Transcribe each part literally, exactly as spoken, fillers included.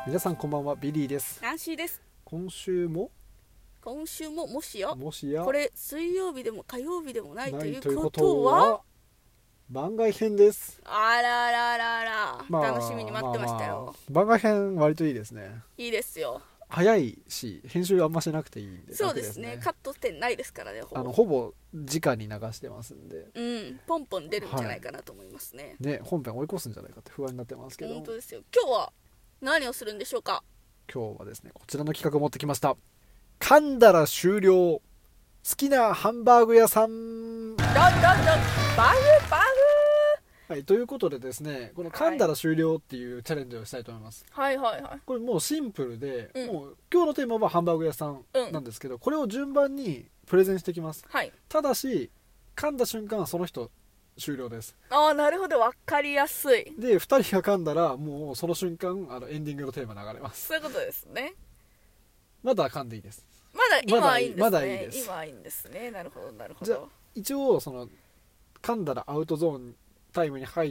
皆さんこんばんは、ビリーです。 ナンシーです。 今週も今週ももしやもしやこれ水曜日でも火曜日でもないというというここととはは番外編です。 あらららら、 まあ楽しみに待ってましたよ、 まあまあ番外編割といいですね。 いいですよ。 早いし編集あんましなくていいんでそうですね、 楽ですね。 カット点ないですからね。ほぼあのほぼ直に流してますんで、 うんポンポン出るんじゃないかなと思いますね、 ね、本編追い越すんじゃないかって不安になってますけど、 本当ですよ。今日は何をするんでしょうか。 今日はですねこちらの企画を持ってきました。噛んだら終了、好きなハンバーグ屋さん。 どんどんどんバグバはい、ということでですね、この噛んだら終了っていうチャレンジをしたいと思います。 グはいはいはい。 これもうシンプルで、 うんもう今日のテーマはハンバーグ屋さんなんですけど、これを順番にプレゼンしていきます。 はいただし噛んだ瞬間はその人終了です。 ああなるほど、分かりやすい。 でふたりが噛んだらもうその瞬間あのエンディングのテーマ流れます。 そういうことですね。 まだ噛んでいいです。 まだ今はいいんですね。 まだいいです。 今はいいんですね。なるほどなるほじゃあど。 一応その噛んだらアウトゾーンタイムに入って、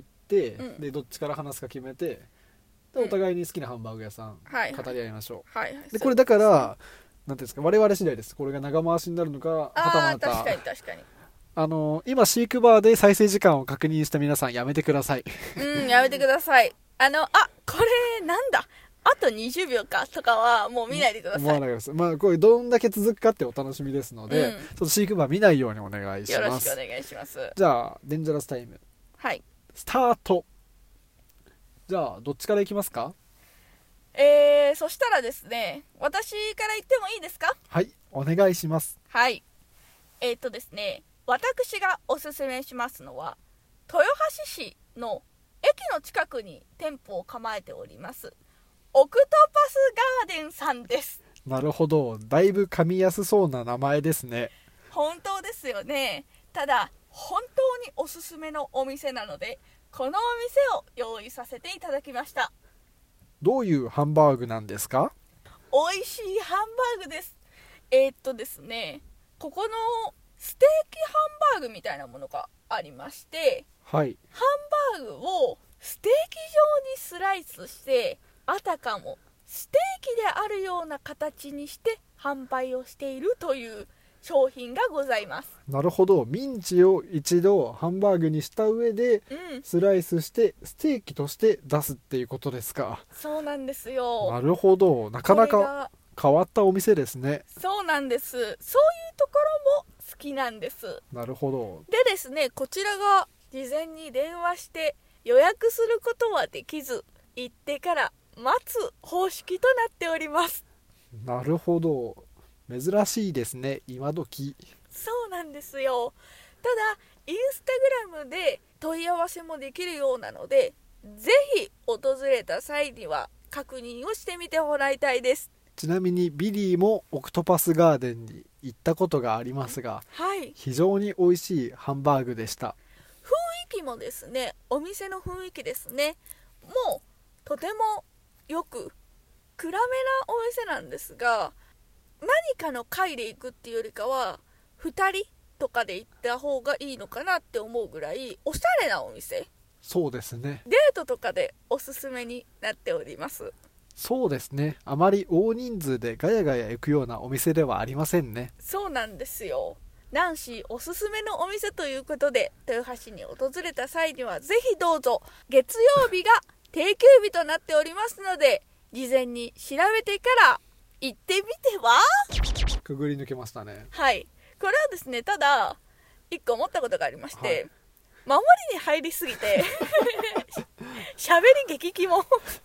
うん、 でどっちから話すか決めて、でお互いに好きなハンバーグ屋さん語り合いましょう。 はいはい、 でこれだからなんていうんですか、我々次第です。これが長回しになるのか、はたまた確かに確かにあの今飼育バーで再生時間を確認した皆さんやめてください。 うんやめてください。あのあこれなんだあとにじゅうびょうかとかはもう見ないでください。 思わないでください。まあこれどんだけ続くかってお楽しみですので、 うん、 ちょっと飼育バー見ないようにお願いします。 よろしくお願いします。 じゃあデンジャラスタイムはいスタート。じゃあどっちからいきますか。 えー、そしたらですね、私から言ってもいいですか。 はいお願いします。 はいえー、っとですね私がおすすめしますのは豊橋市の駅の近くに店舗を構えておりますオクトパスガーデンさんです。 なるほど、だいぶ噛みやすそうな名前ですね。 本当ですよね。ただ本当におすすめのお店なのでこのお店を用意させていただきました。 どういうハンバーグなんですか。 美味しいハンバーグです。えー、っとですねここのステーキハンバーグみたいなものがありまして、 はい、 ハンバーグをステーキ状にスライスしてあたかもステーキであるような形にして販売をしているという商品がございます。 なるほど、ミンチを一度ハンバーグにした上でうんスライスしてステーキとして出すっていうことですか。 そうなんですよ。 なるほど、なかなかこれが変わったお店ですね。 そうなんです。そういうところも好きなんです。 なるほど。 でですねこちらが事前に電話して予約することはできず行ってから待つ方式となっております。 なるほど、珍しいですね今時。 そうなんですよ。ただインスタグラムで問い合わせもできるようなのでぜひ訪れた際には確認をしてみてもらいたいです。 ちなみにビリーもオクトパスガーデンに行ったことがありますが、 はい非常に美味しいハンバーグでした。 雰囲気もですねお店の雰囲気ですねもうとてもよく暗めなお店なんですが、何かの会で行くっていうよりかはふたりとかで行った方がいいのかなって思うぐらいおしゃれなお店。 そうですね。 デートとかでおすすめになっております。 そうですね、あまり大人数でガヤガヤ行くようなお店ではありませんね。 そうなんですよ。ナンシーおすすめのお店ということで豊橋に訪れた際にはぜひどうぞ。月曜日が定休日となっておりますので事前に調べてから行ってみては。 くぐり抜けましたね。 はいこれはですねただ一個思ったことがありまして、はい、守りに入りすぎて喋り激キモ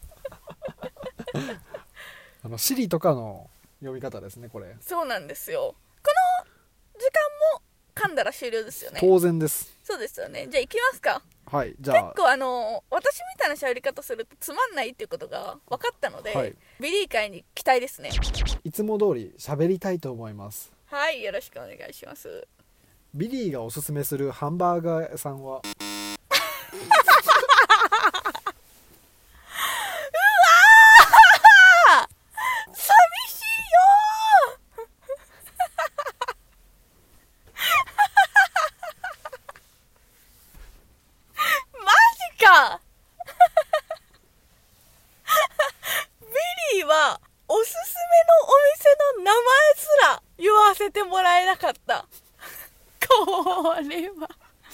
あのシリとかの読み方ですねこれ。 そうなんですよ。この時間も噛んだら終了ですよね。 当然です。 そうですよね。じゃあ行きますか。 はい、じゃあ結構あの私みたいな喋り方するとつまんないっていうことが分かったので、はい、ビリー会に期待ですね。 いつも通り喋りたいと思います。 はいよろしくお願いします。 ビリーがおすすめするハンバーガー屋さんはビリせてもらえなかった。これは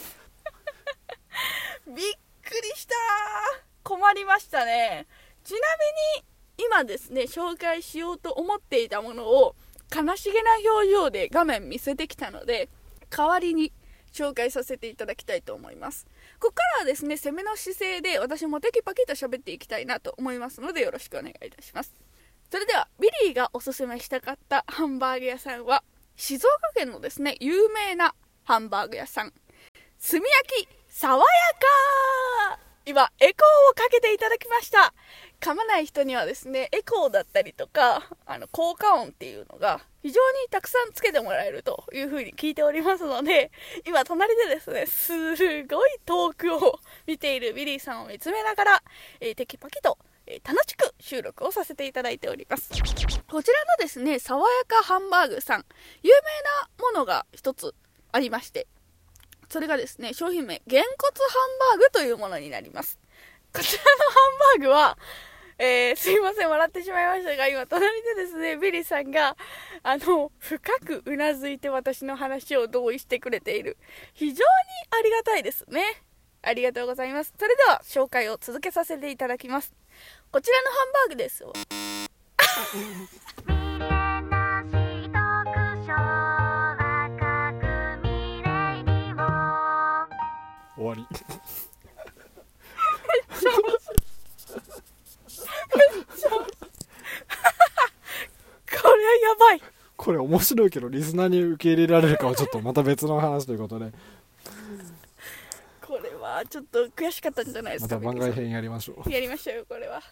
びっくりした。困りましたね。ちなみに今ですね、紹介しようと思っていたものを悲しげな表情で画面見せてきたので、代わりに紹介させていただきたいと思います。ここからはですね、攻めの姿勢で私もテキパキと喋っていきたいなと思いますので、よろしくお願いいたします。それではビリーがおすすめしたかったハンバーグ屋さんは、静岡県のですね、有名なハンバーグ屋さん、炭焼き爽やか。今エコーをかけていただきました。噛まない人にはですね、エコーだったりとかあの効果音っていうのが非常にたくさんつけてもらえるというふうに聞いておりますので、今隣でですね、すごい遠くを見ているビリーさんを見つめながら、えー、テキパキと、えー、楽しく収録をさせていただいております。こちらのですね、爽やかハンバーグさん、有名なものが一つありまして、それがですね、商品名げんこつハンバーグというものになります。こちらのハンバーグは、えー、すいません、笑ってしまいましたが、今隣でですね、ビリーさんがあの深くうなずいて私の話を同意してくれている。非常にありがたいですね。ありがとうございます。それでは紹介を続けさせていただきます。こちらのハンバーグです。 終わり。 めっちゃ面白い。めっちゃ面白い。これはやばい。 これ面白いけどリスナーに受け入れられるかはちょっとまた別の話ということで、 これはちょっと悔しかったんじゃないですか。 また番外編やりましょう。 やりましょうよ、これは。